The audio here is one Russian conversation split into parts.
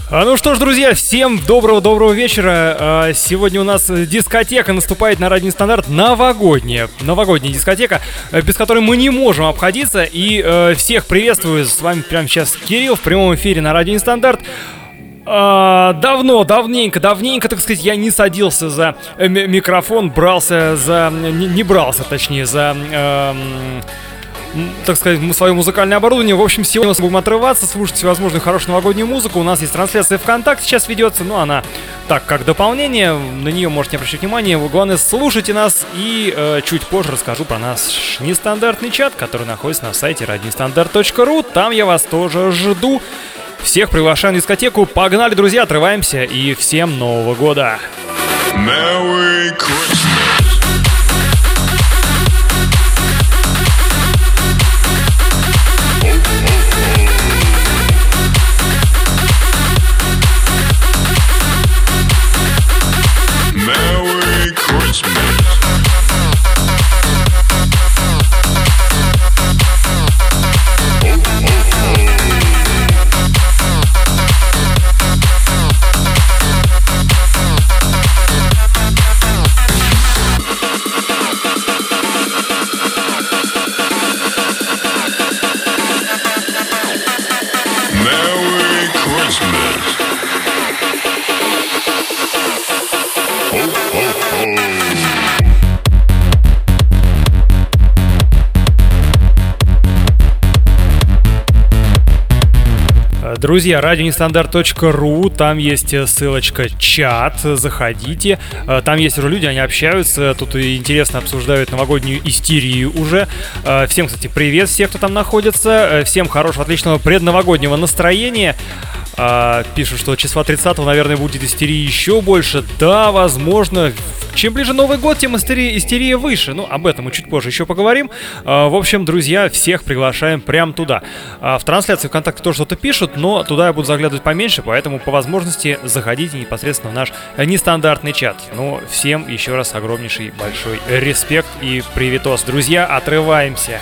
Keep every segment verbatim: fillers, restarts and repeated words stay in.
Ну что ж, друзья, всем доброго-доброго вечера. Сегодня у нас дискотека наступает на Радио Нестандарт. Новогодняя, новогодняя дискотека, без которой мы не можем обходиться. И всех приветствую. С вами прямо сейчас Кирилл в прямом эфире на Радио Нестандарт. Давно, давненько, давненько, так сказать, я не садился за микрофон, брался за... Не, не брался, точнее, за... Эм... так сказать, свое музыкальное оборудование. В общем, сегодня мы будем отрываться, слушать всевозможную хорошую новогоднюю музыку. У нас есть трансляция ВКонтакте сейчас ведется, но она так, как дополнение. На нее можете не обращать внимания. Главное, слушайте нас. И э, чуть позже расскажу про наш нестандартный чат, который находится на сайте радио нестандарт точка ру. Там я вас тоже жду. Всех приглашаю на дискотеку. Погнали, друзья, отрываемся. И всем Нового года! Merry Christmas! Друзья, радио нестандарт точка ру, там есть ссылочка чат, заходите, там есть уже люди, они общаются, тут интересно обсуждают новогоднюю истерию уже. Всем, кстати, привет, всех, кто там находится, всем хорошего, отличного предновогоднего настроения. Пишут, что числа тридцатого, наверное, будет истерии еще больше. Да, возможно. Чем ближе Новый год, тем истерия, истерия выше. Ну, об этом мы чуть позже еще поговорим. В общем, друзья, всех приглашаем прямо туда. В трансляции ВКонтакте тоже что-то пишут, но туда я буду заглядывать поменьше, поэтому по возможности заходите непосредственно в наш нестандартный чат. Ну, всем еще раз огромнейший большой респект и приветос. Друзья, отрываемся.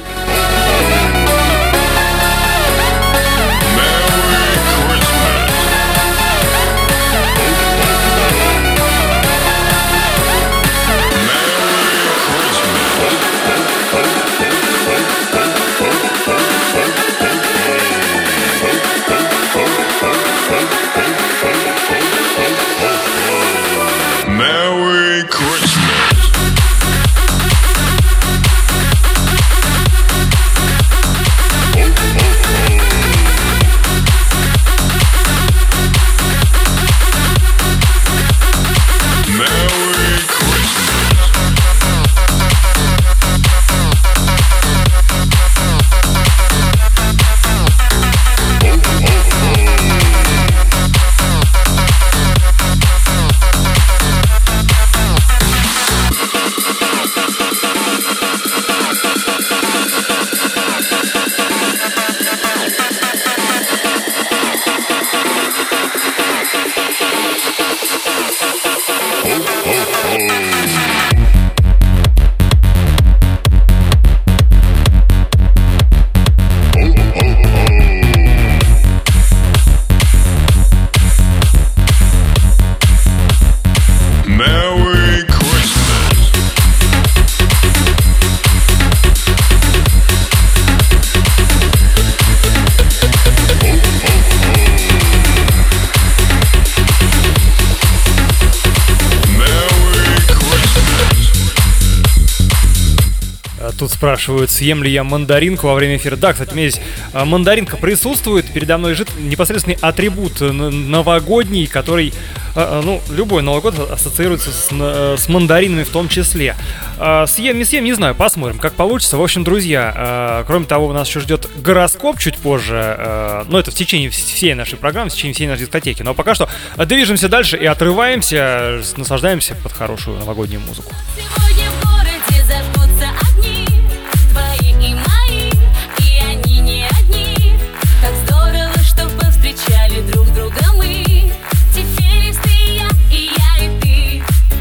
Тут спрашивают, съем ли я мандаринку во время эфира. Да, кстати, у меня здесь мандаринка присутствует. Передо мной лежит непосредственный атрибут новогодний, который, ну, любой Новый год ассоциируется с, с мандаринами в том числе. Съем, не съем, не знаю, посмотрим, как получится. В общем, друзья, кроме того, у нас еще ждет гороскоп чуть позже. Но это в течение всей нашей программы, в течение всей нашей дискотеки. Но пока что движемся дальше и отрываемся, наслаждаемся под хорошую новогоднюю музыку. Сегодня в городе зажгутся огни, твои и мои, и они не одни. Как здорово, что повстречали друг друга мы. Теперь есть ты и я, и я и ты.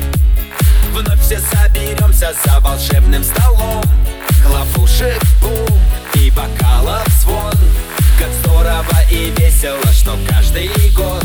Вновь все соберемся за волшебным столом. Хлопушек бум и бокалов звон. Как здорово и весело, что каждый год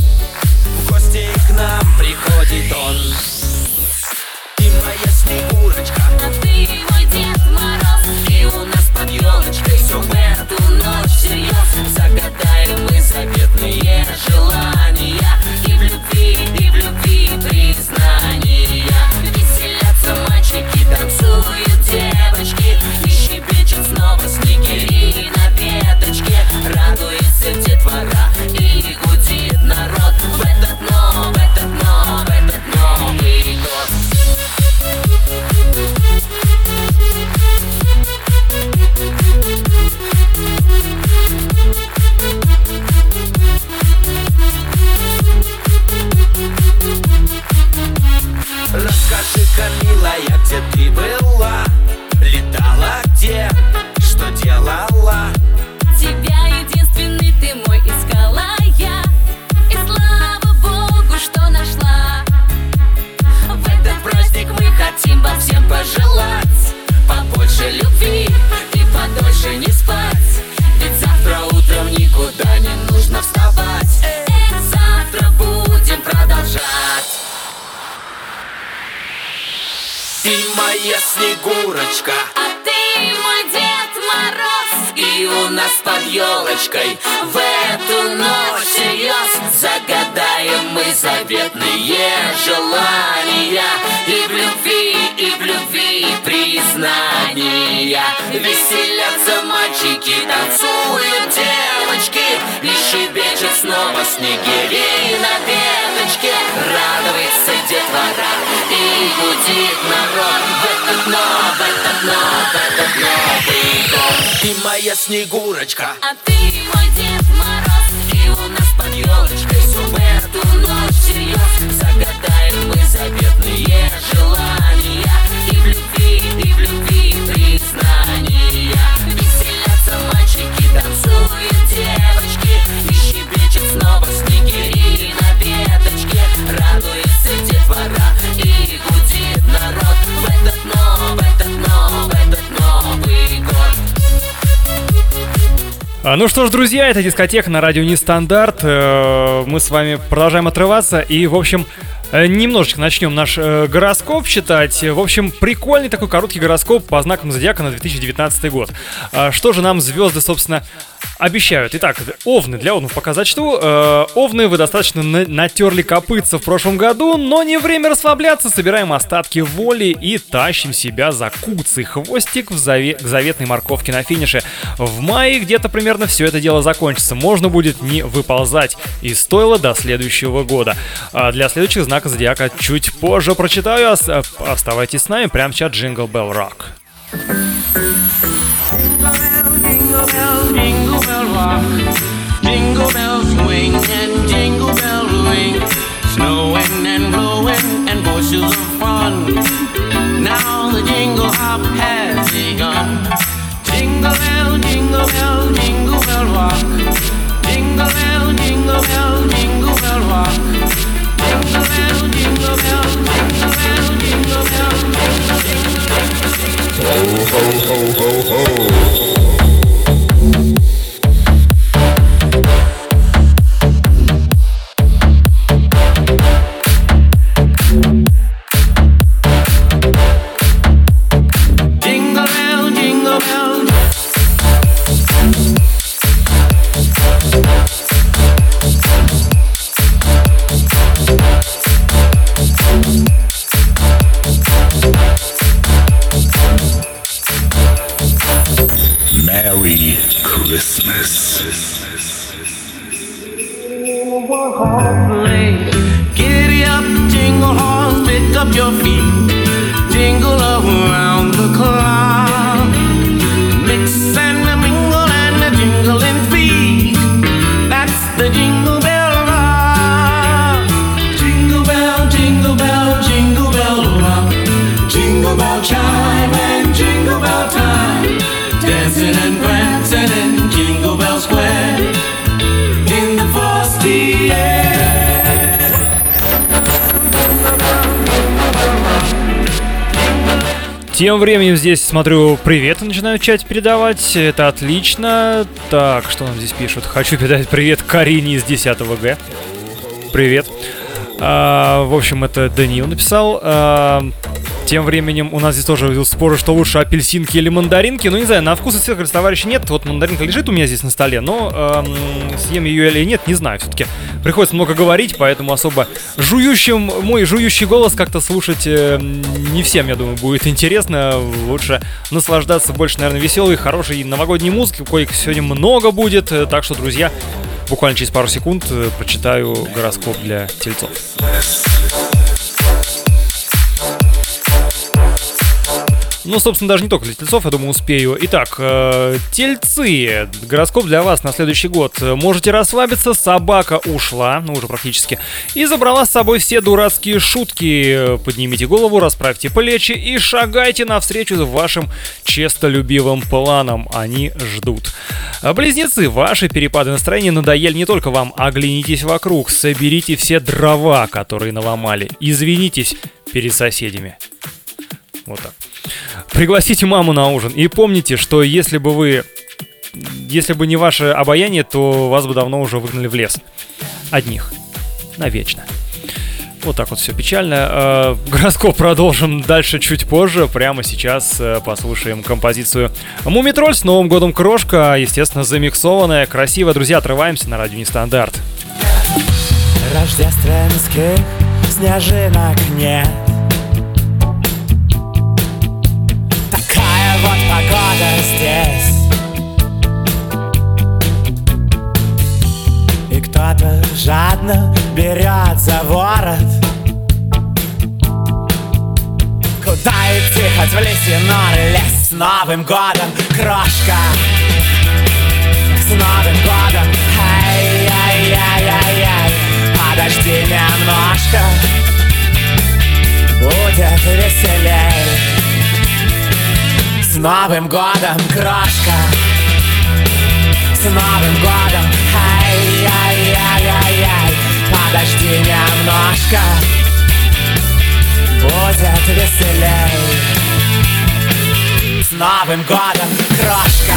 Снегурочка, А ты мой Дед Мороз, и у нас под елочкой в эту ночь всерьез загадаем мы заветные желания. И в любви, и в любви признания. Веселятся мальчики, танцуют девочки, и щебечет снова снегири на веточке. Радуется детвора и гудит народ в этот нов, в этот нов, в этот Новый год. Ты моя Снегурочка, а ты мой Дед Мороз, и у нас под елочкой в эту ночь всерьез загадаем мы заветные желания. И в любви, и в любви признания. Веселятся мальчики, танцуют девочки, и щебечет снова снегири на веточке. Радуется детвора и гудит народ в этот нов, в этот нов, в этот Новый год. А, Ну что ж, друзья, это дискотека на радио Нестандарт. Э, Мы с вами продолжаем отрываться и, в общем, э, немножечко начнем наш э, гороскоп читать. В общем, прикольный такой короткий гороскоп по знакам зодиака на две тысячи девятнадцатый год. А Что же нам звезды, собственно, обещают? Итак, овны, для овнов пока зачту. Э, Овны, вы достаточно на- натерли копытца в прошлом году, но не время расслабляться. Собираем остатки воли и тащим себя за куцый хвостик в заве- к заветной морковке на финише. В мае где-то примерно все это дело закончится. Можно будет не выползать из стойла до следующего года. А для следующих знаков зодиака чуть позже прочитаю. Ос- Оставайтесь с нами, прямо сейчас Jingle Bell Rock. Jingle bell, jingle bell rock. Jingle bells swing and jingle bell ring. Snowing and blowing and bushels of fun. Now the jingle hop has begun. Jingle bell, jingle bell, jingle bell rock. Jingle bell, jingle bell, jingle bell rock. Jingle bell, jingle bell, jingle bell, jingle bell, jingle bell. Ho, ho, ho, ho, ho. Jingle bell, jingle bell. Merry Christmas. Giddy up, jingle horns, pick up your feet. Jingle around the clock. Mix and a mingle and a jingling feet. That's the jingle bell rock. Jingle bell, jingle bell, jingle bell rock. Jingle bell chime and jingle bell time. Dancing and prancing in Jingle Bell Square. In the frosty air. Тем временем здесь, смотрю, приветы начинают в чате передавать. Это отлично. Так, что нам здесь пишут? Хочу передать привет Карине из десятого Г. Привет. А, в общем, это Даниил написал. А, тем временем у нас здесь тоже идут споры, что лучше, апельсинки или мандаринки. Ну, не знаю, на вкус и цвет, говорит, товарищи, нет. Вот мандаринка лежит у меня здесь на столе, но эм, съем ее или нет, не знаю. Все-таки приходится много говорить, поэтому особо жующим, мой жующий голос как-то слушать э, не всем, я думаю, будет интересно. Лучше наслаждаться больше, наверное, веселой, хорошей новогодней музыкой, коих сегодня много будет. Так что, друзья, буквально через пару секунд э, прочитаю гороскоп для тельцов. Ну, собственно, даже не только для тельцов, я думаю, успею. Итак, э, тельцы, гороскоп для вас на следующий год. Можете расслабиться, собака ушла, ну, уже практически, и забрала с собой все дурацкие шутки. Поднимите голову, расправьте плечи и шагайте навстречу вашим честолюбивым планам. Они ждут. Близнецы, ваши перепады настроения надоели не только вам. Оглянитесь вокруг, соберите все дрова, которые наломали. Извинитесь перед соседями. Вот так. Пригласите маму на ужин. И помните, что если бы вы... Если бы не ваше обаяние, то вас бы давно уже выгнали в лес. Одних. Навечно. Вот так вот все печально. Гороскоп продолжим дальше чуть позже. Прямо сейчас послушаем композицию Мумий Тролль с Новым годом, Крошка. Естественно, замиксованная, красиво. Друзья, отрываемся на радио Нестандарт. Рождественских снежинок нет. Такая вот погода здесь. И кто-то жадно берет за ворот. Куда идти, хоть в лесной лес. С Новым годом, Крошка! С Новым годом! Ай-яй-яй-яй-яй! Подожди немножко, будет веселей. С Новым годом, Крошка! С Новым годом! Ай-яй-яй-яй-яй! Подожди немножко, будет веселей. С Новым годом, Крошка!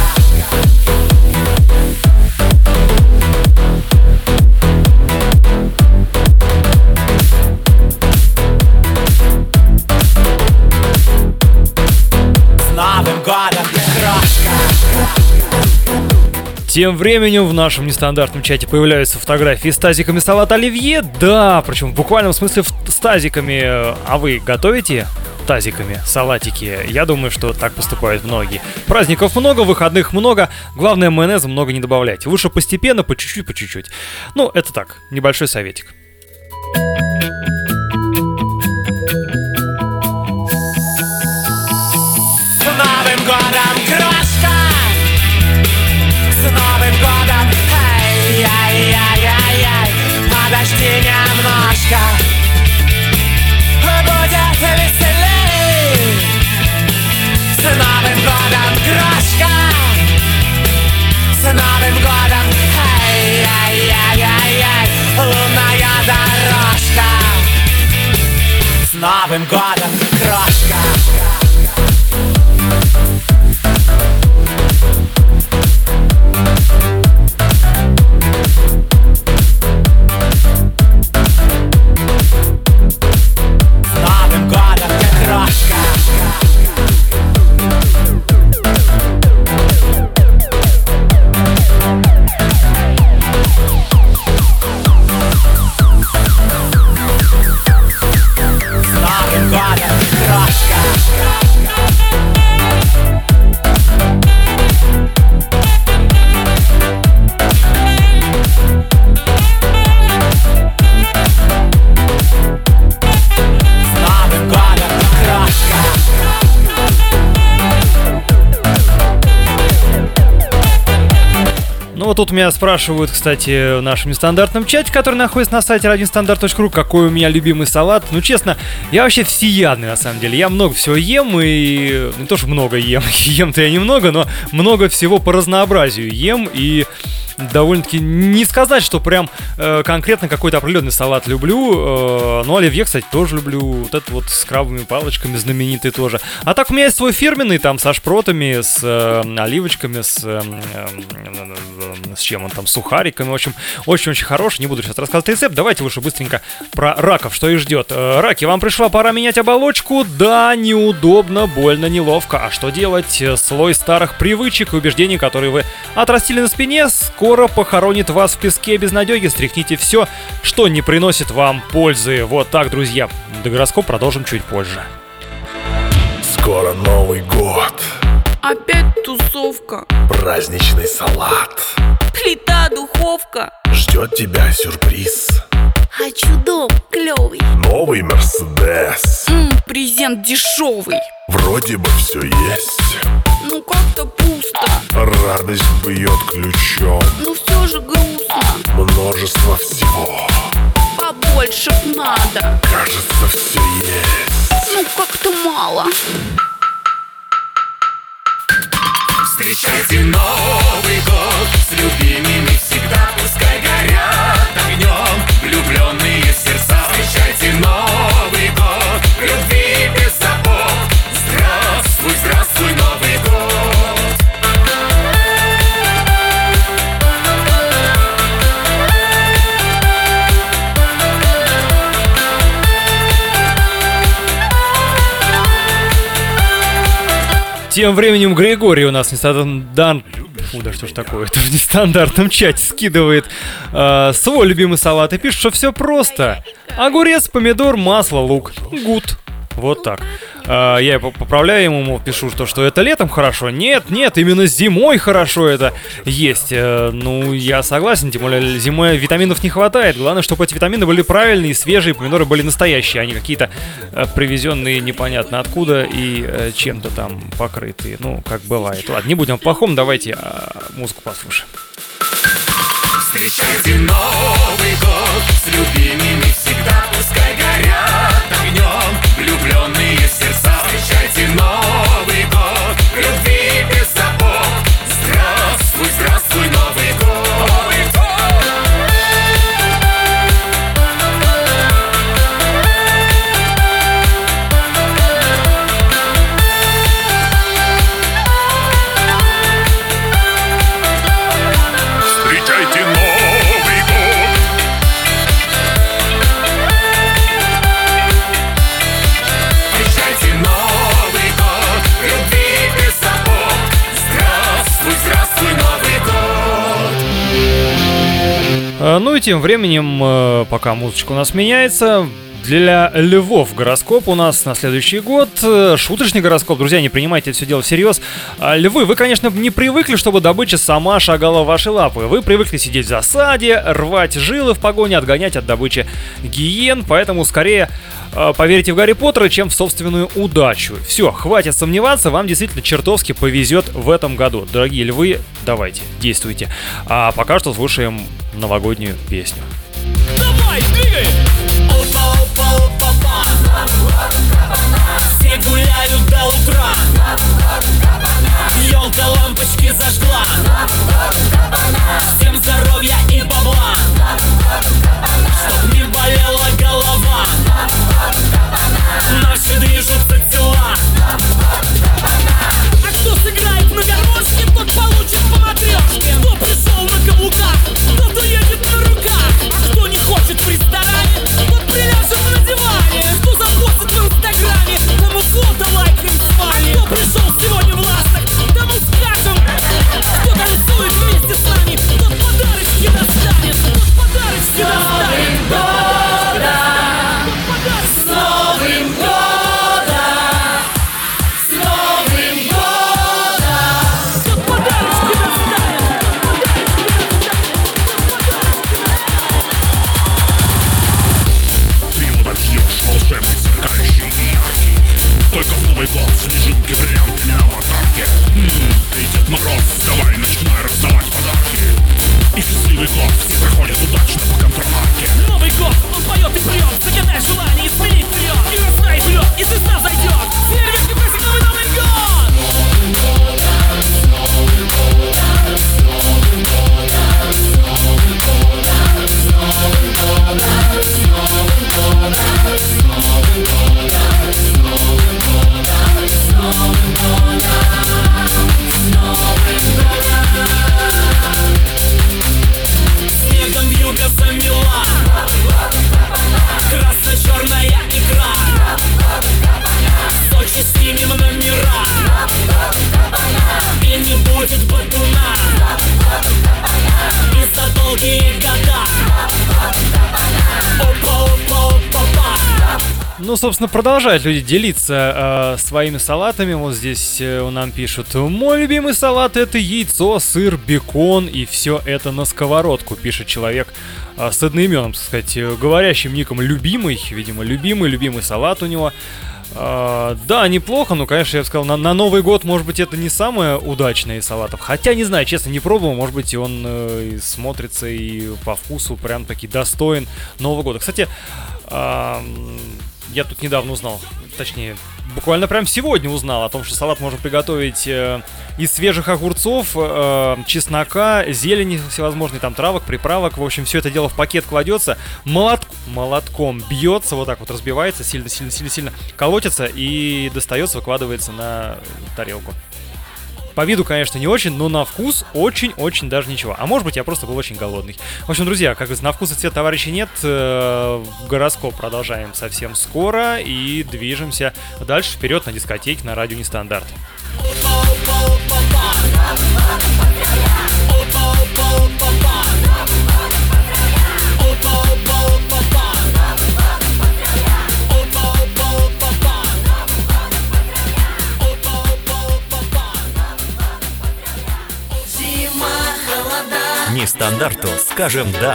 Новым годом, Крошка! Тем временем в нашем нестандартном чате появляются фотографии с тазиками салата оливье. Да, причем в буквальном смысле с тазиками. А вы готовите тазиками салатики? Я думаю, что так поступают многие. Праздников много, выходных много. Главное, майонеза много не добавляйте. Лучше постепенно, по чуть-чуть, по чуть-чуть. Ну, это так, небольшой советик. С Новым годом, Крошка! С Новым годом! Ай-яй-яй-яй-яй! Подожди немножко, будет веселей. С Новым годом, Крошка! С Новым годом! Ай-яй-яй-яй-яй! Лунная дорожка! С Новым годом, Крошка! Вот тут меня спрашивают, кстати, в нашем нестандартном чате, который находится на сайте радио нестандарт точка ру, какой у меня любимый салат. Ну, честно, я вообще всеядный, на самом деле. Я много всего ем, и не то, что много ем, ем-то я немного, но много всего по разнообразию ем, и довольно-таки не сказать, что прям э, конкретно какой-то определенный салат люблю. Э, но оливье, кстати, тоже люблю. Вот это вот с крабовыми палочками знаменитый тоже. А так у меня есть свой фирменный, там, со шпротами, с э, оливочками, с... Э, э, с чем он там, с сухариками. В общем, очень-очень хороший. Не буду сейчас рассказывать рецепт. Давайте лучше быстренько про раков, что их ждет. Э, раки, вам пришла пора менять оболочку? Да, неудобно, больно, неловко. А что делать? Слой старых привычек и убеждений, которые вы отрастили на спине, скоро похоронит вас в песке безнадеги. Стряхните все, что не приносит вам пользы. Вот так, друзья. До гороскоп продолжим чуть позже. Скоро Новый год. Опять тусовка. Праздничный салат. Плита, духовка. Ждет тебя сюрприз. Хочу дом клевый. Новый Мерседес. М, презент дешевый. Вроде бы все есть. Ну как-то пусто. Радость бьет ключом. Ну все же грустно. Множество всего. Побольше б надо. Кажется, все есть. Ну как-то мало. Встречайте Новый год с любимыми всегда, пускай горят огнем влюбленные сердца. Встречайте Новый год, любви без сапог. Здравствуй, здравствуй, Новый год. Тем временем Григорий у нас нестандарт... Фу, да что ж такое, это в нестандартном чате скидывает э, свой любимый салат и пишет, что все просто. Огурец, помидор, масло, лук. Гуд. Вот так. А, я поправляю ему, мол, пишу, что, что это летом хорошо. Нет, нет, именно зимой хорошо это есть. А, ну, я согласен, тем более зимой витаминов не хватает. Главное, чтобы эти витамины были правильные, свежие, помидоры были настоящие, а не какие-то а, привезенные непонятно откуда и а, чем-то там покрытые. Ну, как бывает. Ладно, не будем о плохом, давайте а, музыку послушаем. Встречайте Новый год с любимыми всегда, пускай горят огнем влюбленные сердца. Встречайте Новый год, любви без забот. Здравствуй, здравствуй, Новый год. Новый Встречайте Новый год. Встречайте Новый год, любви без забот. Здравствуй, здравствуй, Новый год. А, ну и тем временем, э, пока музычка у нас меняется, для львов гороскоп у нас на следующий год. Э, Шуточный гороскоп, друзья, не принимайте это все дело всерьез. А, львы, вы, конечно, не привыкли, чтобы добыча сама шагала в ваши лапы. Вы привыкли сидеть в засаде, рвать жилы в погоне, отгонять от добычи гиен, поэтому скорее э, поверите в Гарри Поттера, чем в собственную удачу. Все, хватит сомневаться, вам действительно чертовски повезет в этом году. Дорогие львы, давайте, действуйте. А пока что слушаем новогоднюю песню. Давай, двигай! Опа, опа, опа, па. Все гуляют до утра. Ёлка лампочки зажгла. Всем здоровья и бабла. Чтоб не болела голова. Наши движутся тела. А кто сыграет на гармошке, тот получит по матрешке. Кто пришел на каблуках, тот уедет на руках. А кто не хочет в ресторане, тот приляжет на диване. Кто запостит в инстаграме, тому фото лайкнем с вами. Кто пришел сегодня в ластах, тому скажем. Кто танцует вместе с нами, тот подарочки достанет. Тот подарочки достанет. С Новым годом! С Новым годом! Тот подарочки достанет. Ты его добьешь, волшебный, сверкающий и яркий. Только в Новый год снежинки прям для аватарки. М-м, Эй, Дед Мороз, давай начинай раздавать подарки. И счастливый год все проходят удачно по контрамарке. Новый год, он поет и прет. Загадай желание и смели вперед. И растай вперед, и звезда зайдет. Все ребятки, праздник Новый Новый год! Снегом вьюга замела. Красно-черная икра. В Сочи снимем номера. И не будет бадуна. И за долгие года. Опа, опа, опа, па. Ну, собственно, продолжают люди делиться э, своими салатами. Вот здесь э, нам пишут: мой любимый салат — это яйцо, сыр, бекон и все это на сковородку, пишет человек э, с одноименным, так сказать, э, говорящим ником любимый, видимо, любимый, любимый салат у него. Э, да, неплохо, но, конечно, я бы сказал, на, на Новый год, может быть, это не самое удачное из салатов. Хотя, не знаю, честно, не пробовал, может быть, и он э, и смотрится и по вкусу прям таки достоин Нового года. Кстати, э, я тут недавно узнал, точнее, буквально прям сегодня узнал о том, что салат можно приготовить э, из свежих огурцов, э, чеснока, зелени всевозможной, там травок, приправок. В общем, все это дело в пакет кладется, молот... молотком бьется, вот так вот разбивается, сильно-сильно-сильно колотится и достается, выкладывается на тарелку. По виду, конечно, не очень, но на вкус очень-очень даже ничего. А может быть, я просто был очень голодный. В общем, друзья, как говорится, на вкус и цвет товарищей нет. Гороскоп продолжаем совсем скоро и движемся дальше вперед на дискотеке на радио Нестандарт. Опа, Нестандарту скажем «да».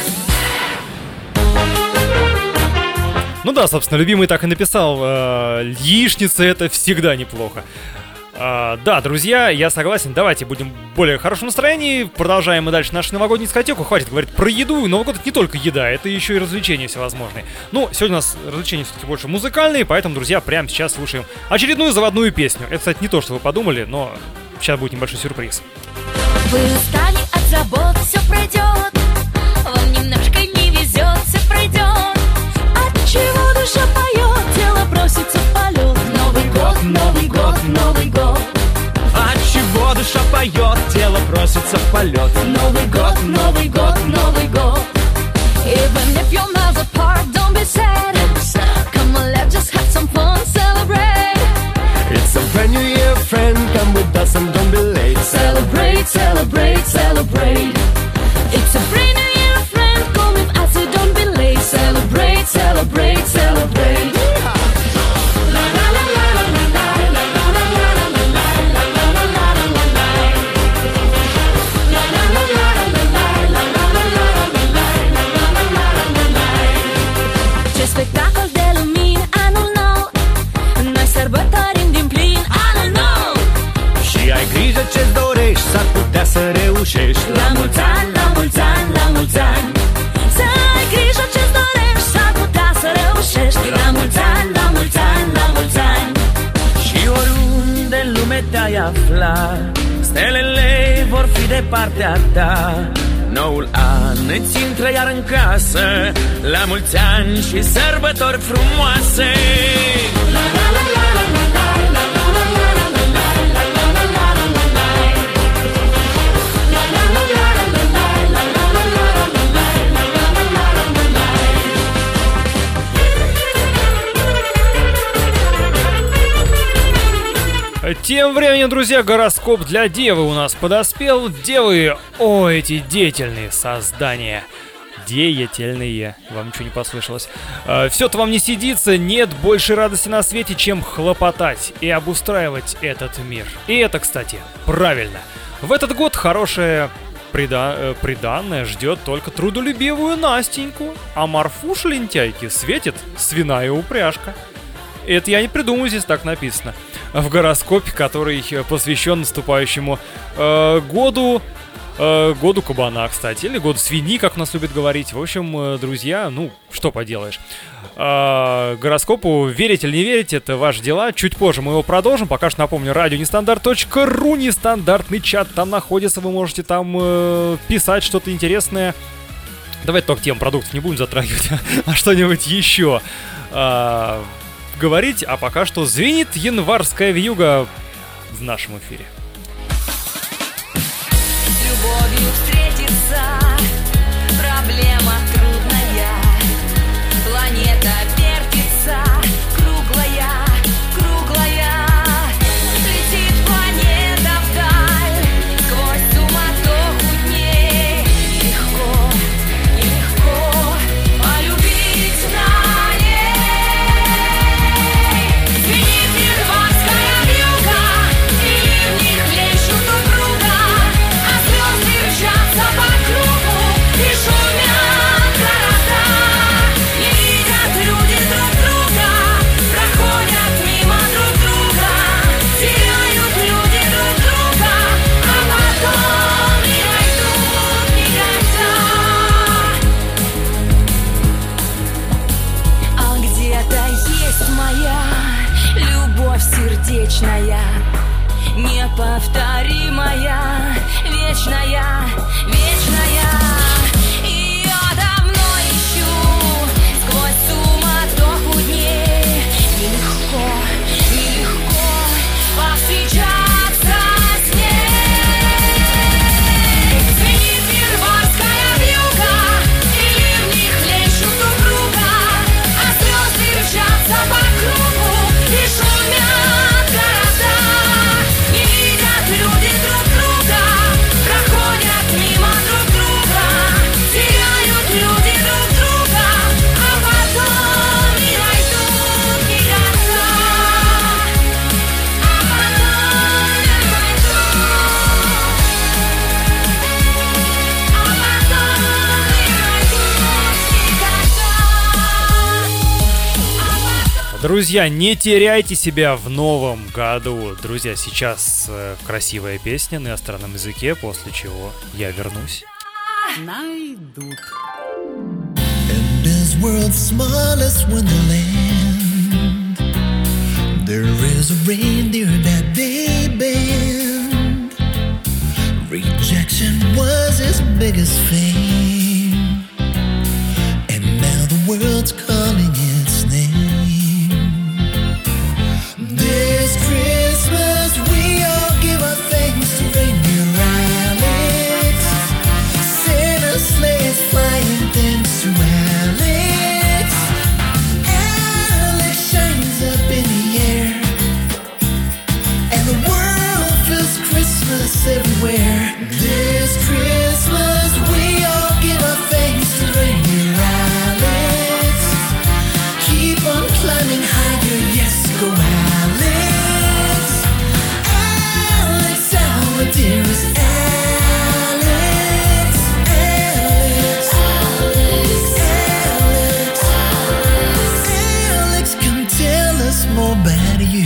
Ну да, собственно, любимый так и написал. Э, яичница — это всегда неплохо. Э, да, друзья, я согласен. Давайте будем в более хорошем настроении. Продолжаем мы дальше нашу новогоднюю дискотеку. Хватит говорить про еду. Новый год — это не только еда, это еще и развлечения всевозможные. Ну, сегодня у нас развлечения все-таки больше музыкальные, поэтому, друзья, прямо сейчас слушаем очередную заводную песню. Это, кстати, не то, что вы подумали, но сейчас будет небольшой сюрприз. Вы устали от забот, все пройдет. Вам немножко не везет, все пройдет. Отчего душа поет, тело бросится в полет. Новый год, Новый год, Новый год. Отчего душа поет, тело бросится в полет. Новый год, Новый год, Новый год. Even if your miles apart, don't be sad. Come on, let's just have some fun, celebrate. It's a brand new year, friend, come with us and don't be late. Celebrate, celebrate, celebrate. It's a brand new year, friend, come with us and don't be late. Celebrate, celebrate, celebrate. C'è spettacolo della mine, I don't know. Noi sărbătorim din plin, I don't know. Și ai grijă ce-ți dorești, s-ar putea să reușești. La mulți ani, la mulți ani, la mulți ani. Să ai grijă ce-ți dorești, s-ar putea să reușești. La mulți ani, la mulți ani, la mulți ani. Și oriunde în lume te-ai afla, stelele vor fi de partea ta. Noul an îți intră iar în casă, la mulți ani și sărbători frumoase. La la la la la la la la la la la la la la la la la la la la. La la la la la la la la la la la la la la la la la. Тем временем, друзья, гороскоп для Девы у нас подоспел. Девы, о, эти деятельные создания. Деятельные. Вам ничего не послышалось. Э, Все-то вам не сидится, нет больше радости на свете, чем хлопотать и обустраивать этот мир. И это, кстати, правильно. В этот год хорошее прида- э, приданное ждет только трудолюбивую Настеньку, а Марфуш лентяйки светит свиная упряжка. Это я не придумаю, здесь так написано. В гороскопе, который посвящен наступающему э, году, э, году кабана, кстати, или году свиньи, как у нас любят говорить. В общем, э, друзья, ну, что поделаешь. Э, гороскопу верить или не верить, это ваши дела. Чуть позже мы его продолжим. Пока что напомню, радио нестандарт точка ру, нестандартный чат там находится. Вы можете там э, писать что-то интересное. Давайте только тему продуктов не будем затрагивать, а что-нибудь еще э, говорить. А пока что звенит январская вьюга в нашем эфире. С любовью встретиться, проблема трудная. Планета вертится, круглая, круглая. Летит планета вдаль, сквозь суматоху дней. Легко, нелегко полюбить на ней. Звенит январская вьюга, и ливни хлещут друг друга, а звезды мчатся по кругу. Друзья, не теряйте себя в новом году. Друзья, сейчас э, красивая песня на иностранном языке, после чего я вернусь. Найдут. And as world's smallest wonderland, there is a reindeer that they banned. Rejection was his biggest fame, and now the world's calling its name. This Christmas we all give our thanks to reindeer Alex. Santa sleigh is flying thanks to Alex. Alex shines up in the air, and the world feels Christmas everywhere. This Christmas we all give our thanks to reindeer Alex. Keep on climbing higher, yes, go Alex. Alex, our dearest Alex. Alex, Alex, Alex, Alex, come tell us more about you.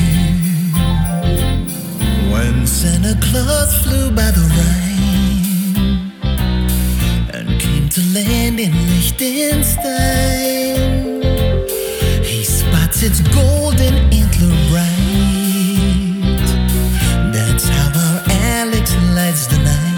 When Santa Claus flew by the Rhine and came to land in Liechtenstein, he spots its golden antler bright. That's how our Alex lights the night.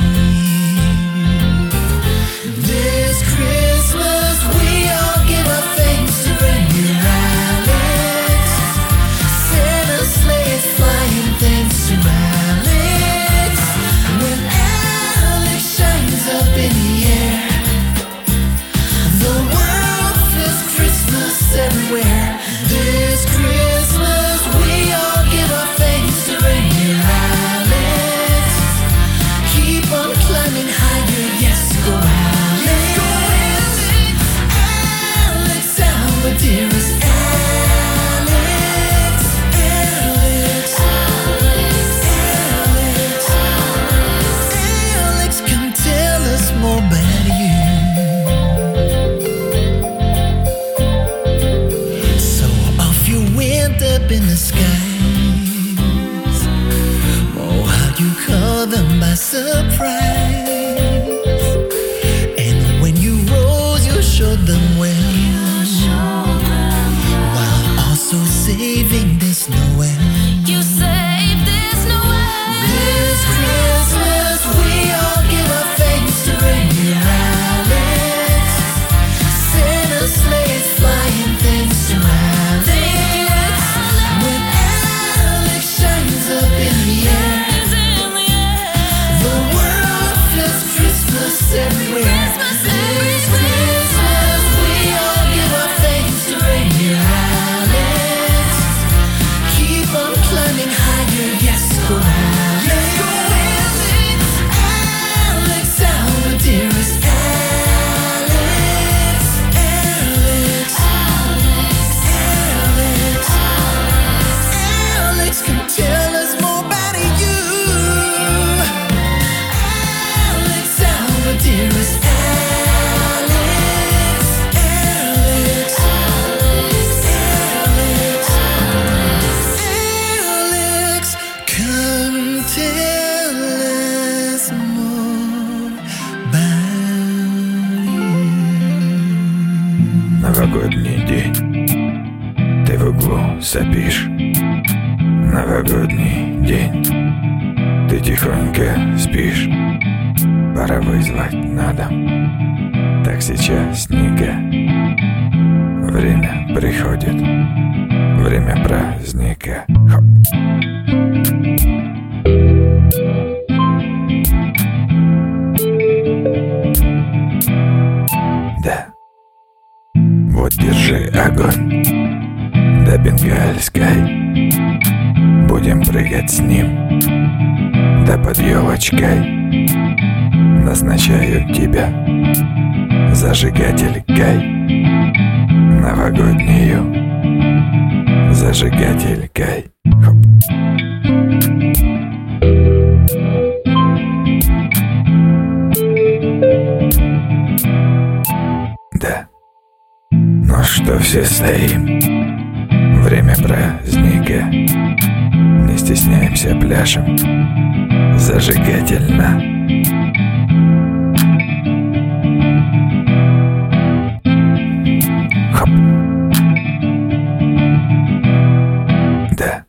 This Christmas we all give our thanks to reindeer Alex. Santa's sleigh is flying thanks to Alex. When Alex shines up in the air, the world feels Christmas everywhere. This Christmas we all give our thanks to reindeer Alex. Keep on climbing higher, yes, go Alex. Alex, our dearest Alex. Alex, Alex, Alex, come tell us more about you. So off you went up in the skies. Oh, how you caught them by surprise. And when you rose, you showed them well, while also saving this Noel. You saved this Noel. This Christmas we all give our thanks to reindeer Alex. Santa's sleigh is flying thanks to Alex. When Alex shines up in the air, the world feels Christmas everywhere. This Christmas we all give our thanks to reindeer Alex. Keep on climbing higher, yes, go Alex. Alex, our dearest Alex. Alex, Alex, Alex, come tell us more about you. Alex, our dearest Alex. Alex, Alex, Alex, come tell us more about you. Новогодний день, ты в углу сопишь. Новогодний день, ты тихонько спишь. Пора вызвать на дом такси частника. Время приходит, время праздника. Хоп. Да, вот держи огонь, да бенгальской. Будем прыгать с ним, да под елочкой. Назначаю тебя зажигателькой новогоднюю, зажигателькой. Хоп. Да, ну что все стоим, Время праздника. Не стесняемся, пляшем. Зажигательно. Хоп. Да.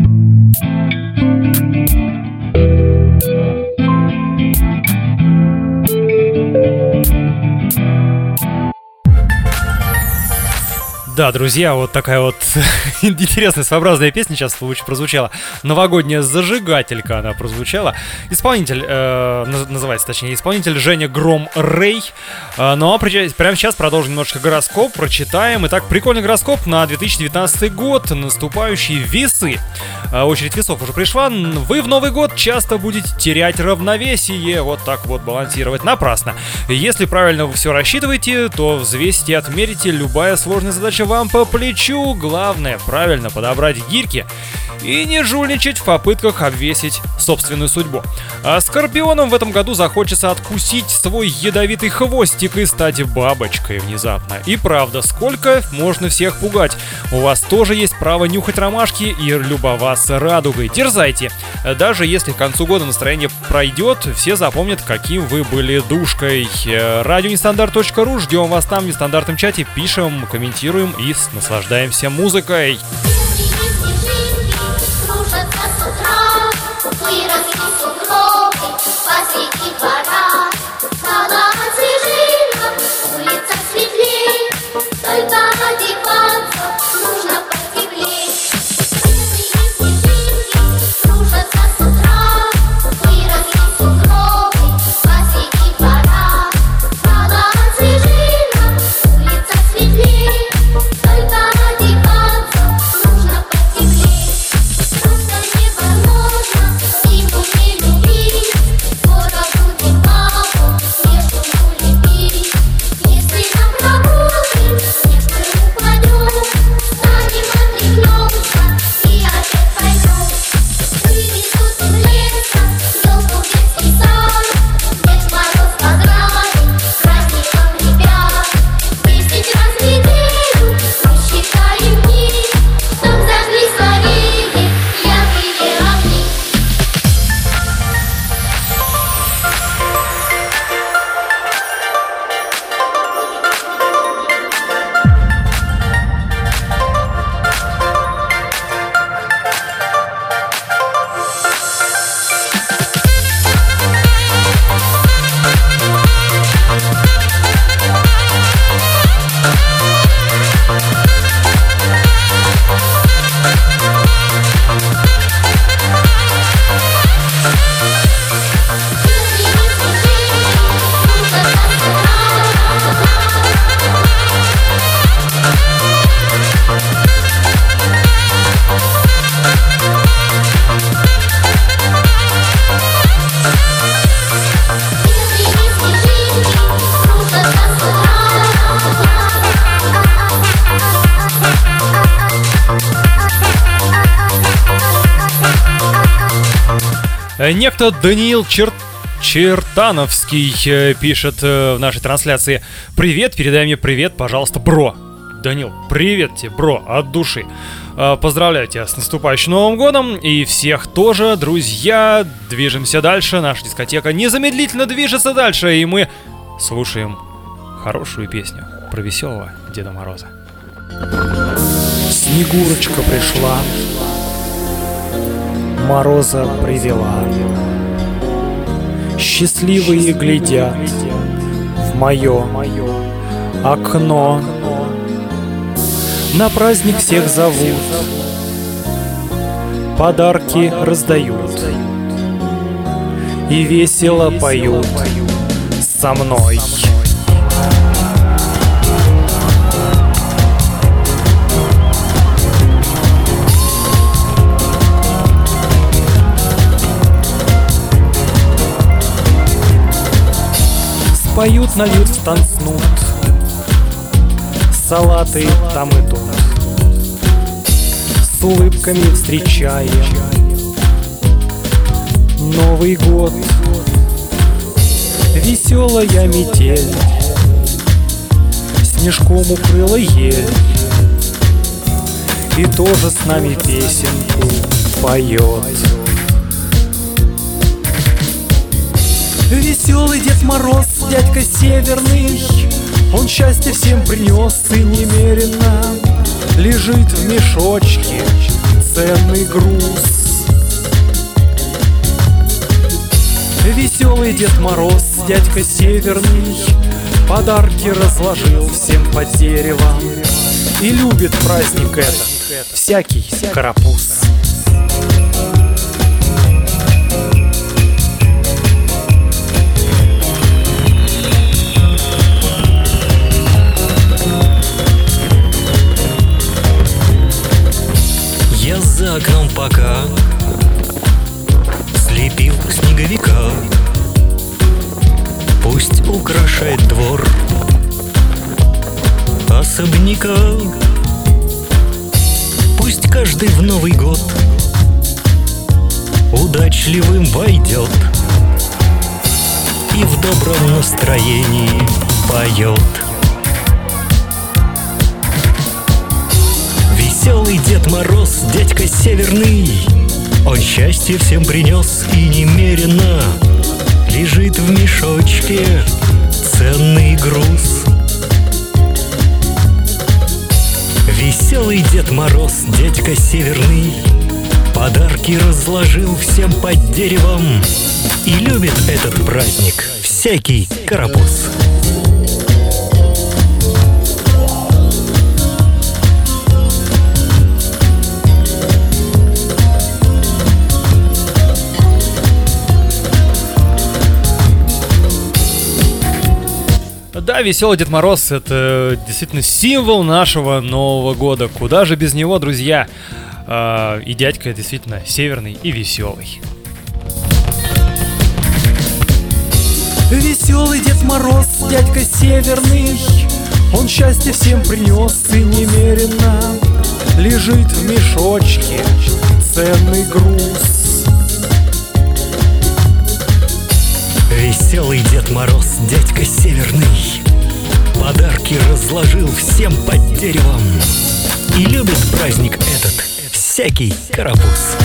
Да, друзья, вот такая вот интересная, своеобразная песня сейчас прозвучала. Новогодняя зажигателька она прозвучала. Исполнитель, э, называется точнее, исполнитель Женя Гром Рэй. Э, ну а прямо сейчас продолжим немножко гороскоп, прочитаем. Итак, прикольный гороскоп на две тысячи девятнадцатый год, наступающие весы. Э, очередь весов уже пришла. Вы в Новый год часто будете терять равновесие, вот так вот балансировать напрасно. Если правильно вы все рассчитываете, то взвесите и отмерите, любая сложная задача вам по плечу. Главное правильно подобрать гирьки и не жульничать в попытках обвесить собственную судьбу. А скорпионам в этом году захочется откусить свой ядовитый хвостик и стать бабочкой внезапно. И правда, сколько можно всех пугать? У вас тоже есть право нюхать ромашки и любоваться радугой. Дерзайте. Даже если к концу года настроение пройдет, все запомнят, каким вы были душкой. радио нестандарт точка ру. Ждем вас там в нестандартном чате. Пишем, комментируем и наслаждаемся музыкой. Некто Даниил Чер... Чертановский э, пишет э, в нашей трансляции: «Привет, передай мне привет, пожалуйста, бро». Данил, привет тебе, бро, от души. Э, поздравляю тебя с наступающим Новым годом и всех тоже, друзья. Движемся дальше, наша дискотека незамедлительно движется дальше, и мы слушаем хорошую песню про веселого Деда Мороза. Снегурочка пришла, Мороза привела. Счастливые глядят в мое окно. На праздник всех зовут, подарки раздают и весело поют со мной. Споют, нальют, станцнут, салаты там и тут. С улыбками встречаем Новый год. Веселая метель снежком укрыла ель, и тоже с нами песенку поет. Веселый Дед Мороз, дядька Северный, он счастье всем принес и немерено лежит в мешочке ценный груз. Веселый Дед Мороз, дядька Северный, подарки разложил всем под деревом и любит праздник этот всякий карапуз. Я за окном пока слепил снеговика, пусть украшает двор особняка. Пусть каждый в Новый год удачливым войдет и в добром настроении поет. Веселый Дед Мороз, дядька Северный, он счастье всем принес и немерено лежит в мешочке ценный груз. Веселый Дед Мороз, дядька Северный, подарки разложил всем под деревом и любит этот праздник всякий карапуз. Да, веселый Дед Мороз — это действительно символ нашего Нового года. Куда же без него, друзья? А, и дядька действительно северный и веселый. Веселый Дед Мороз, дядька Северный, он счастье всем принес и немерено лежит в мешочке ценный груз. Веселый Дед Мороз, дядька Северный, подарки разложил всем под деревом и любит праздник этот всякий карапуз.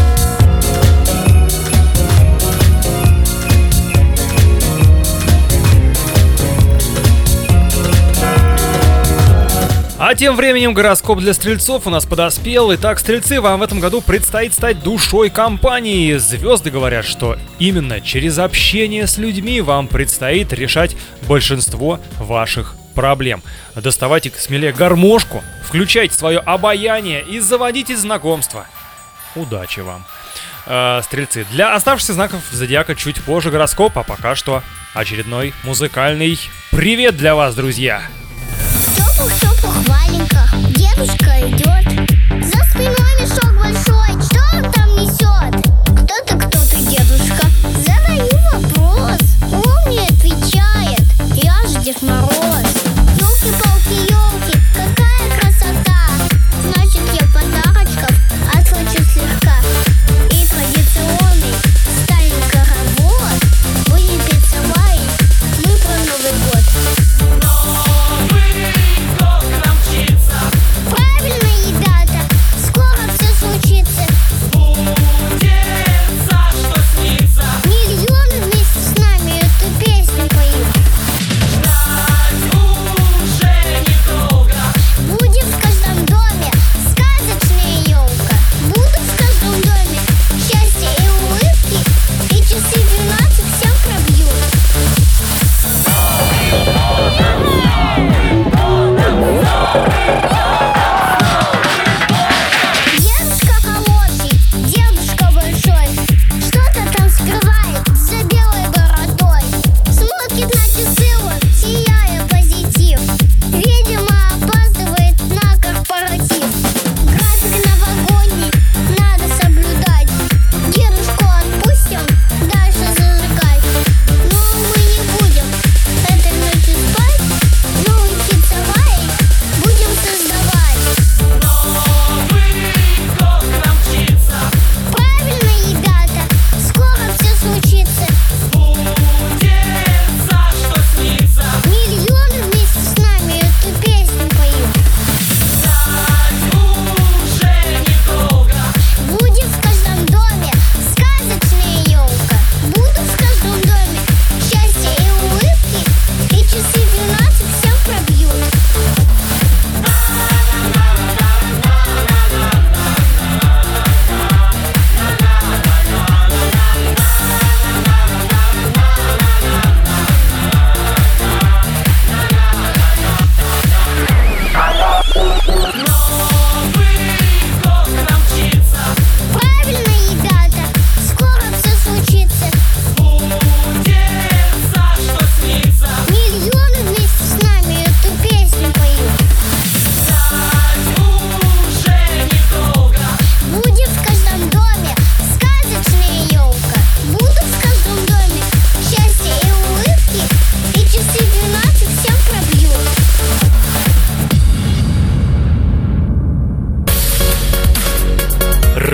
А тем временем гороскоп для стрельцов у нас подоспел. Итак, стрельцы, вам в этом году предстоит стать душой компании. Звезды говорят, что именно через общение с людьми вам предстоит решать большинство ваших проблем. Доставайте смелее гармошку, включайте свое обаяние и заводите знакомства. Удачи вам. Э, стрельцы, для оставшихся знаков зодиака чуть позже гороскоп, а пока что очередной музыкальный привет для вас, друзья. Шопух-шопух, Валенька, дедушка идет. За спиной мешок большой, что он там несет? Кто ты, кто ты, дедушка? Задаю вопрос, он мне отвечает: я же Дед Мороз. Ёлки-палки, ёлки, какая красота! Значит, я подарочков отхвачу слегка. И традиционный стальный хоровод будет рисовать мы про Новый год. Правильно, ребята, скоро все случится. Сбудется, что снится. Миллионы вместе с нами эту песню поют.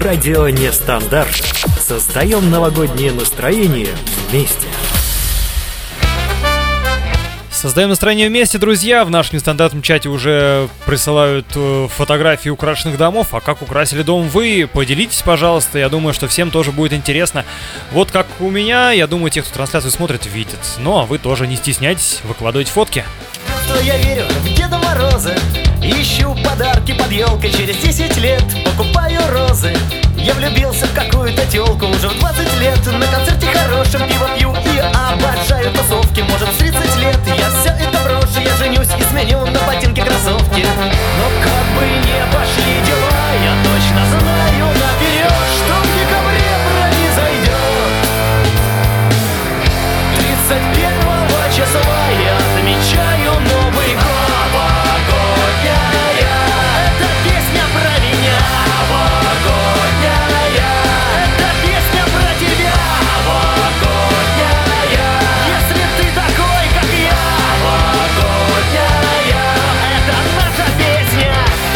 Радио Нестандарт. Создаем новогоднее настроение вместе. Создаем настроение вместе, друзья. В нашем нестандартном чате уже присылают э, фотографии украшенных домов. А как украсили дом вы? Поделитесь, пожалуйста. Я думаю, что всем тоже будет интересно. Вот как у меня, я думаю, те, кто трансляцию смотрит, видят. Ну, а вы тоже не стесняйтесь, выкладывайте фотки. Что я верю в Деда Мороза, ищу подарки под елкой. Через десять лет покупаю розы. Я влюбился в какую-то тёлку уже в двадцать лет. На концерте хорошем пиво пью и обожаю тусовки. Может, в тридцать лет я все это брошу. Я женюсь и сменю на ботинки кроссовки. Но как бы не пошли дела, я точно знаю наперед, что в декабре произойдет. Тридцать первого числа я отмечаю Новый год. Новогодняя, это песня про меня. Новогодняя, это песня про тебя. Новогодняя, если ты такой, как я. Новогодняя, это наша песня.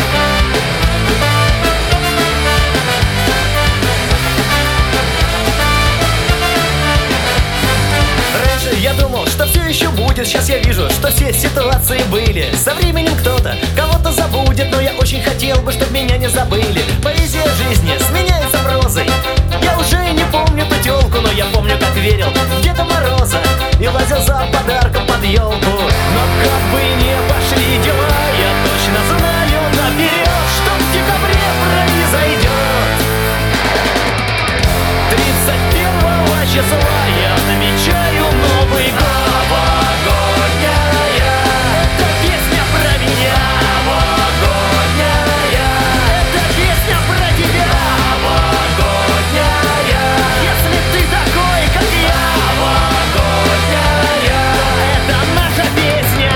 Раньше я думал, что все еще будет. Сейчас я вижу, что все ситуации были. Со временем кто-то кого-то забудет, но я очень хотел бы, чтобы меня не забыли. Поэзия жизни сменяется прозой. Я уже не помню ту тёлку, но я помню, как верил в Деда Мороза и лазил за подарком под елку. Но как бы не пошли дела, я точно знаю наперед, что в декабре произойдет. Тридцать первого числа я намечаю Новый год. Новогодняя, это песня про меня. Новогодняя, это песня про тебя. Новогодняя, если ты такой, как я. Новогодняя, это наша песня.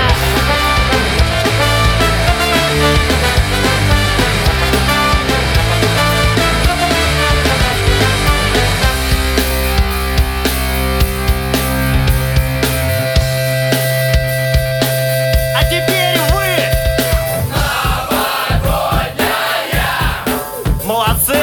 А теперь вы! Новогодняя! Молодцы!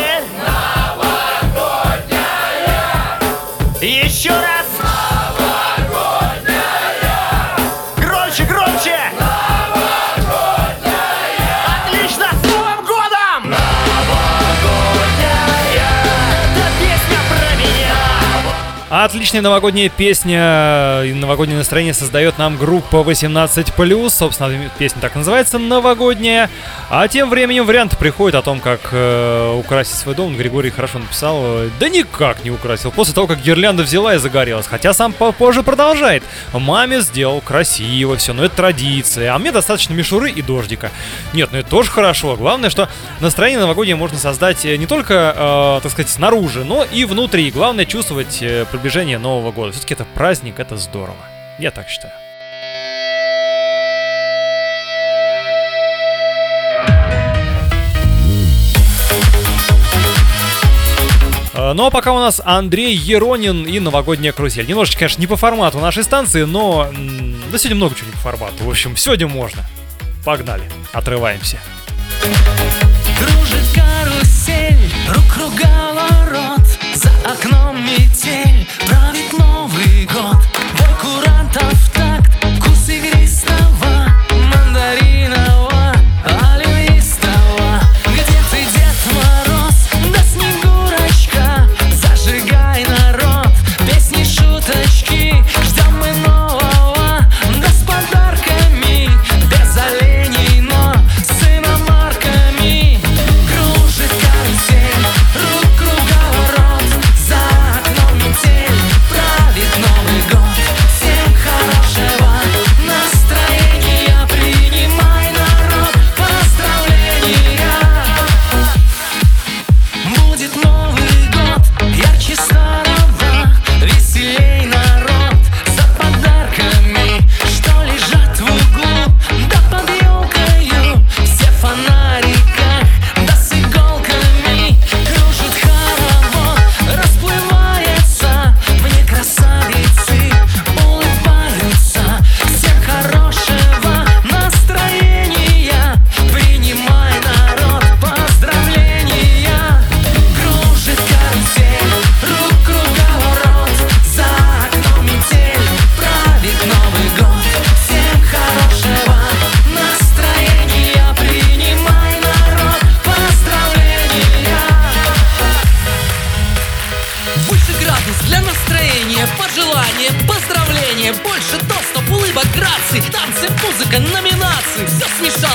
Новогодняя! Еще раз! Новогодняя! Громче, громче! Новогодняя! Отлично! С Новым годом! Новогодняя! Это песня про меня! Отличная новогодняя песня и новогоднее настроение создает нам группа восемнадцать плюс. Собственно, песня так называется, новогодняя. А тем временем варианты приходят о том, как э, украсить свой дом. Григорий хорошо написал. э, Да никак не украсил. После того, как гирлянда взяла и загорелась. Хотя сам позже продолжает. Маме сделал красиво все, но это традиция. А мне достаточно мишуры и дождика. Нет, ну это тоже хорошо. Главное, что настроение новогоднее можно создать не только, э, так сказать, снаружи, но и внутри. Главное чувствовать э, приближение Нового года. Все-таки это праздник, это здорово. Я так считаю. Э, Ну а пока у нас Андрей Еронин и новогодняя карусель. Немножечко, конечно, не по формату нашей станции, но м, да сегодня много чего не по формату. В общем, сегодня можно. Погнали, отрываемся. Кружит карусель, круговорот, за окном метель, правит Новый год. Бой курантов в такт, вкус игристого, мандаринового, оливистого. Где ты, Дед Мороз, да Снегурочка? Зажигай, народ, песни, шуточки. Ждем мы нового, да с подарками, без оленей, но с иномарками. Кружит карусель, рук круговорот, за окном метель,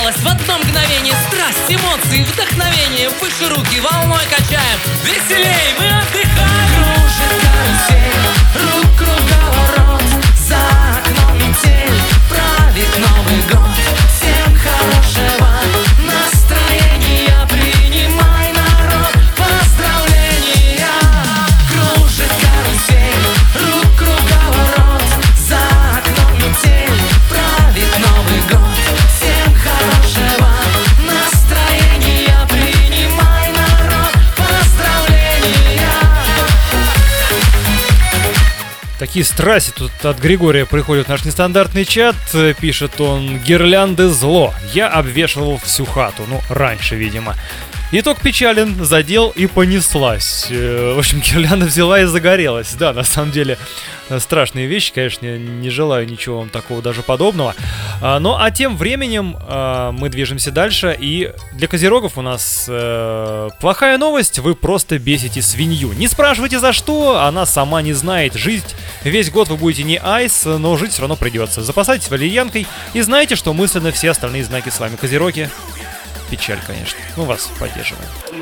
смелость в одно мгновение, страсть, эмоции, вдохновение. Выше руки волной качаем, веселей мы отдыхаем. Кружит карусель, рук круговорот, за окном метель, правит Новый год. Всем хорошего настроения, принимай, народ, поздравления. Кружит карусель, рук круговорот, за окном метель, правит Новый год. Всем хорошего настроения, принимай, народ, поздравления. Такие страсти тут от Григория приходят в наш нестандартный чат. Пишет он: гирлянды зло. Я обвешивал всю хату. Ну, раньше, видимо. Итог печален, задел и понеслась. В общем, гирлянда взяла и загорелась. Да, на самом деле, страшные вещи, конечно, не желаю ничего вам такого даже подобного. Ну, а тем временем мы движемся дальше. И для козерогов у нас э, плохая новость. Вы просто бесите свинью. Не спрашивайте за что, она сама не знает. Жить весь год вы будете не айс, но жить все равно придется. Запасайтесь валерьянкой и знайте, что мысленно все остальные знаки с вами. Козероги. Печаль, конечно. Мы вас поддерживаем.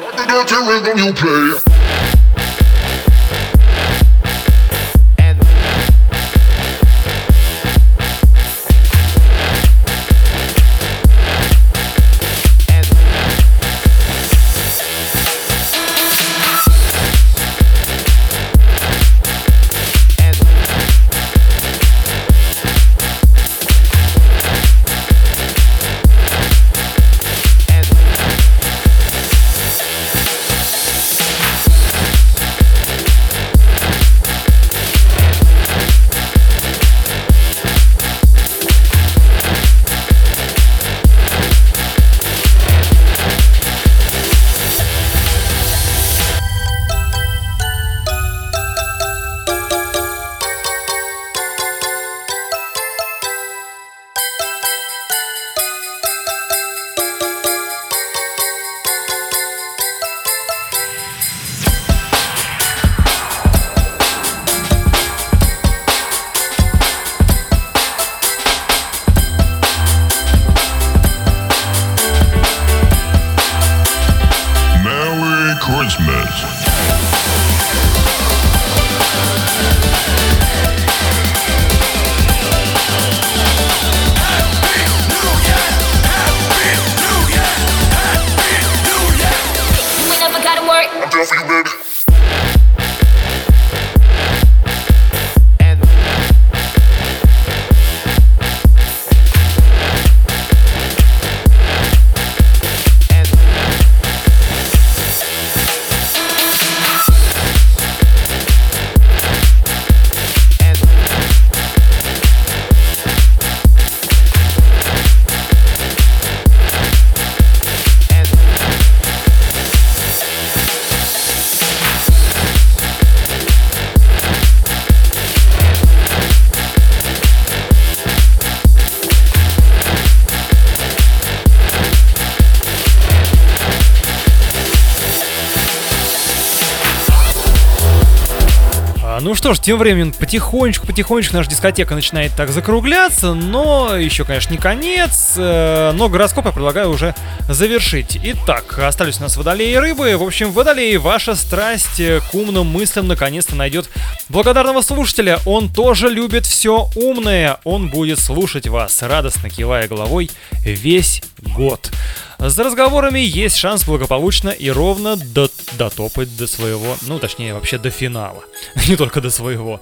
Ну что ж, тем временем потихонечку-потихонечку наша дискотека начинает так закругляться, но еще, конечно, не конец, но гороскоп я предлагаю уже завершить. Итак, остались у нас водолеи и рыбы. В общем, водолеи, ваша страсть к умным мыслям наконец-то найдет благодарного слушателя. Он тоже любит все умное, он будет слушать вас, радостно кивая головой весь год. За разговорами есть шанс благополучно и ровно до, дотопать до своего, ну точнее вообще до финала, не только до своего.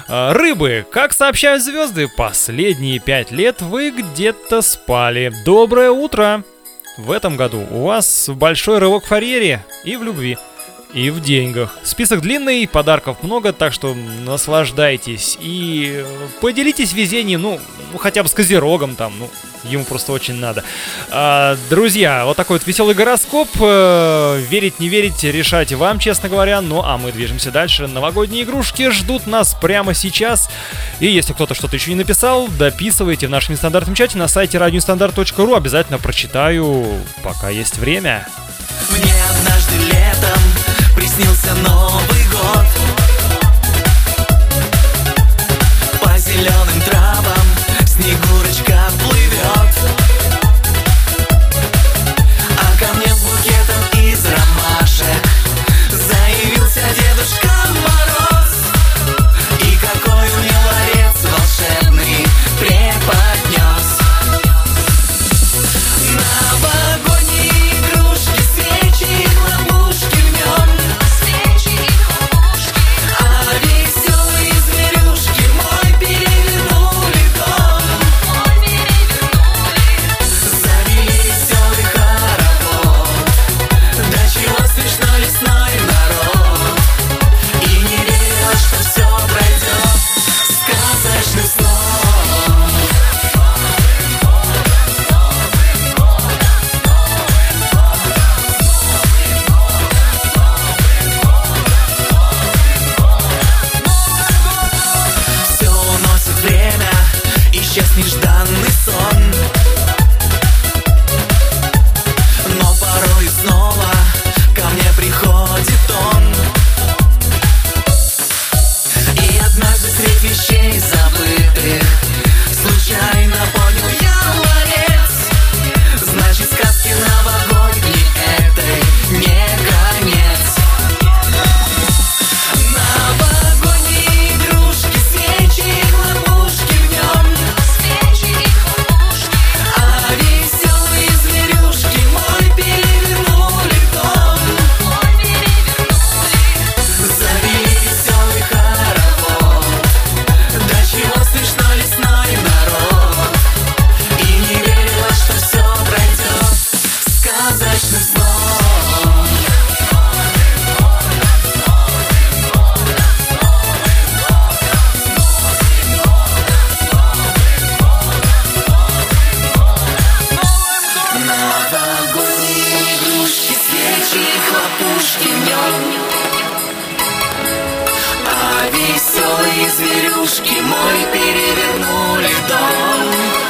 Рыбы, как сообщают звезды, последние пять лет вы где-то спали. Доброе утро! В этом году у вас большой рывок в карьере и в любви, и в деньгах. Список длинный, подарков много, так что наслаждайтесь и поделитесь везением, ну, ну хотя бы с козерогом там, ну, ему просто очень надо. А, друзья, вот такой вот веселый гороскоп. Верить, не верить, решать вам, честно говоря. Ну, а мы движемся дальше. Новогодние игрушки ждут нас прямо сейчас. И если кто-то что-то еще не написал, дописывайте в нашем нестандартном чате на сайте радионестандарт точка ру. Обязательно прочитаю, пока есть время. Мне однажды летом приснился Новый год. По зеленым травам Снегурочка плывет. зверюшки мой перевернули дом.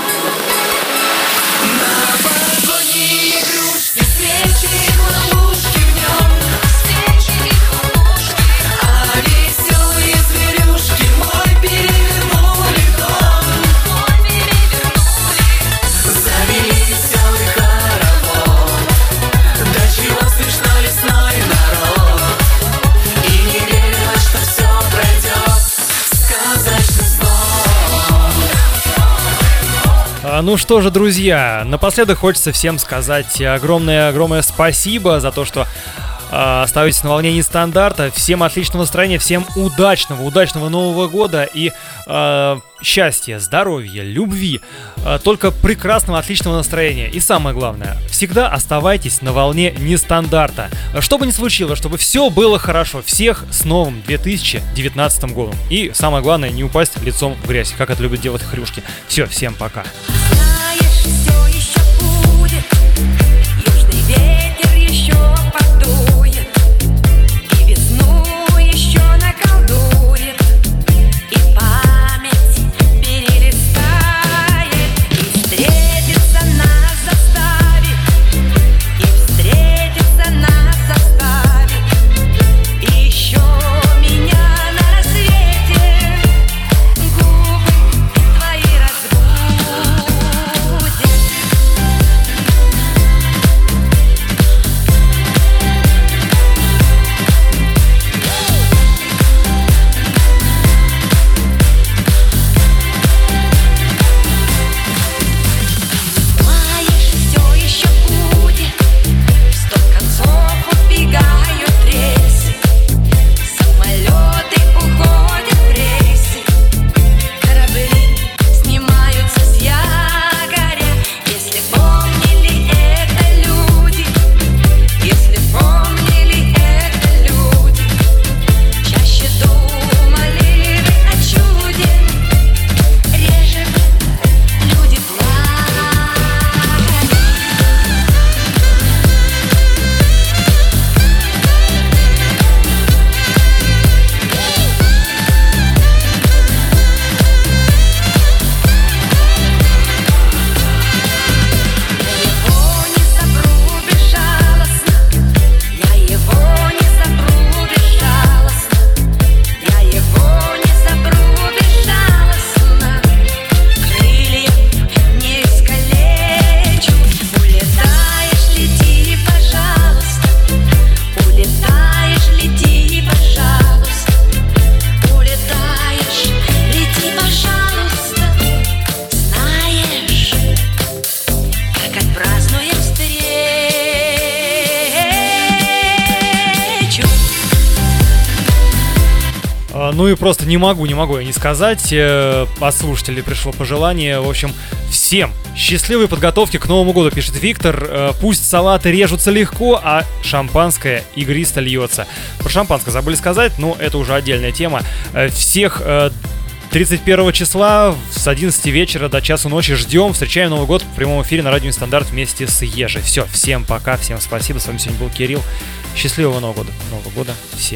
Новогодние игрушки, свечи и хлопушки в нем, свечи и хлопушки, а веселые зверюшки мой перевернули дом, мой перевернули, завели веселый хоровод, до чего смешно лесной народ, и не верилось, что все пройдет сказочным сном. А, Ну что же, друзья, напоследок хочется всем сказать огромное-огромное спасибо за то, что э, оставайтесь на волне нестандарта. Всем отличного настроения, всем удачного, удачного Нового года и э, счастья, здоровья, любви, э, только прекрасного, отличного настроения. И самое главное, всегда оставайтесь на волне нестандарта. Что бы ни случилось, чтобы все было хорошо. Всех с новым две тысячи девятнадцатым годом. И самое главное, не упасть лицом в грязь, как это любят делать хрюшки. Все, всем пока. Все еще будет, южный ветер еще подует, и весну еще наколдует, и память перелистает, и встретится нас заставит, и встретится нас заставит, и еще меня на рассвете губы твои разбудят. Знаешь, все еще будет, в сто концов убегают рейсы, самолеты уходят в рейсы, корабли снимаются с якоря. Если помнили это люди, если помнили это люди, чаще думали бы о чуде, реже бы люди плакали. Я его не запру безжалостно, я его не запру безжалостно, крылья не искалечу. Улетаешь, лети, пожалуйста, улетаешь, лети, пожалуйста, улетаешь, лети, пожалуйста. Знаешь, как отпразднуем встречу. А, Ну и просто не могу, не могу я не сказать. Э, От слушателей пришло пожелание. В общем, всем счастливой подготовки к Новому году, пишет Виктор. Э, Пусть салаты режутся легко, а шампанское игристо льется. Про шампанское забыли сказать, но это уже отдельная тема. Э, Всех э, тридцать первого числа с одиннадцати вечера до часу ночи ждем. Встречаем Новый год в прямом эфире на радио Нестандарт вместе с Ежей. Все, всем пока, всем спасибо. С вами сегодня был Кирилл. Счастливого Нового года. Нового года всем.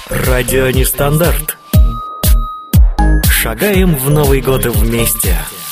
Радио Нестандарт. Шагаем в Новый год вместе.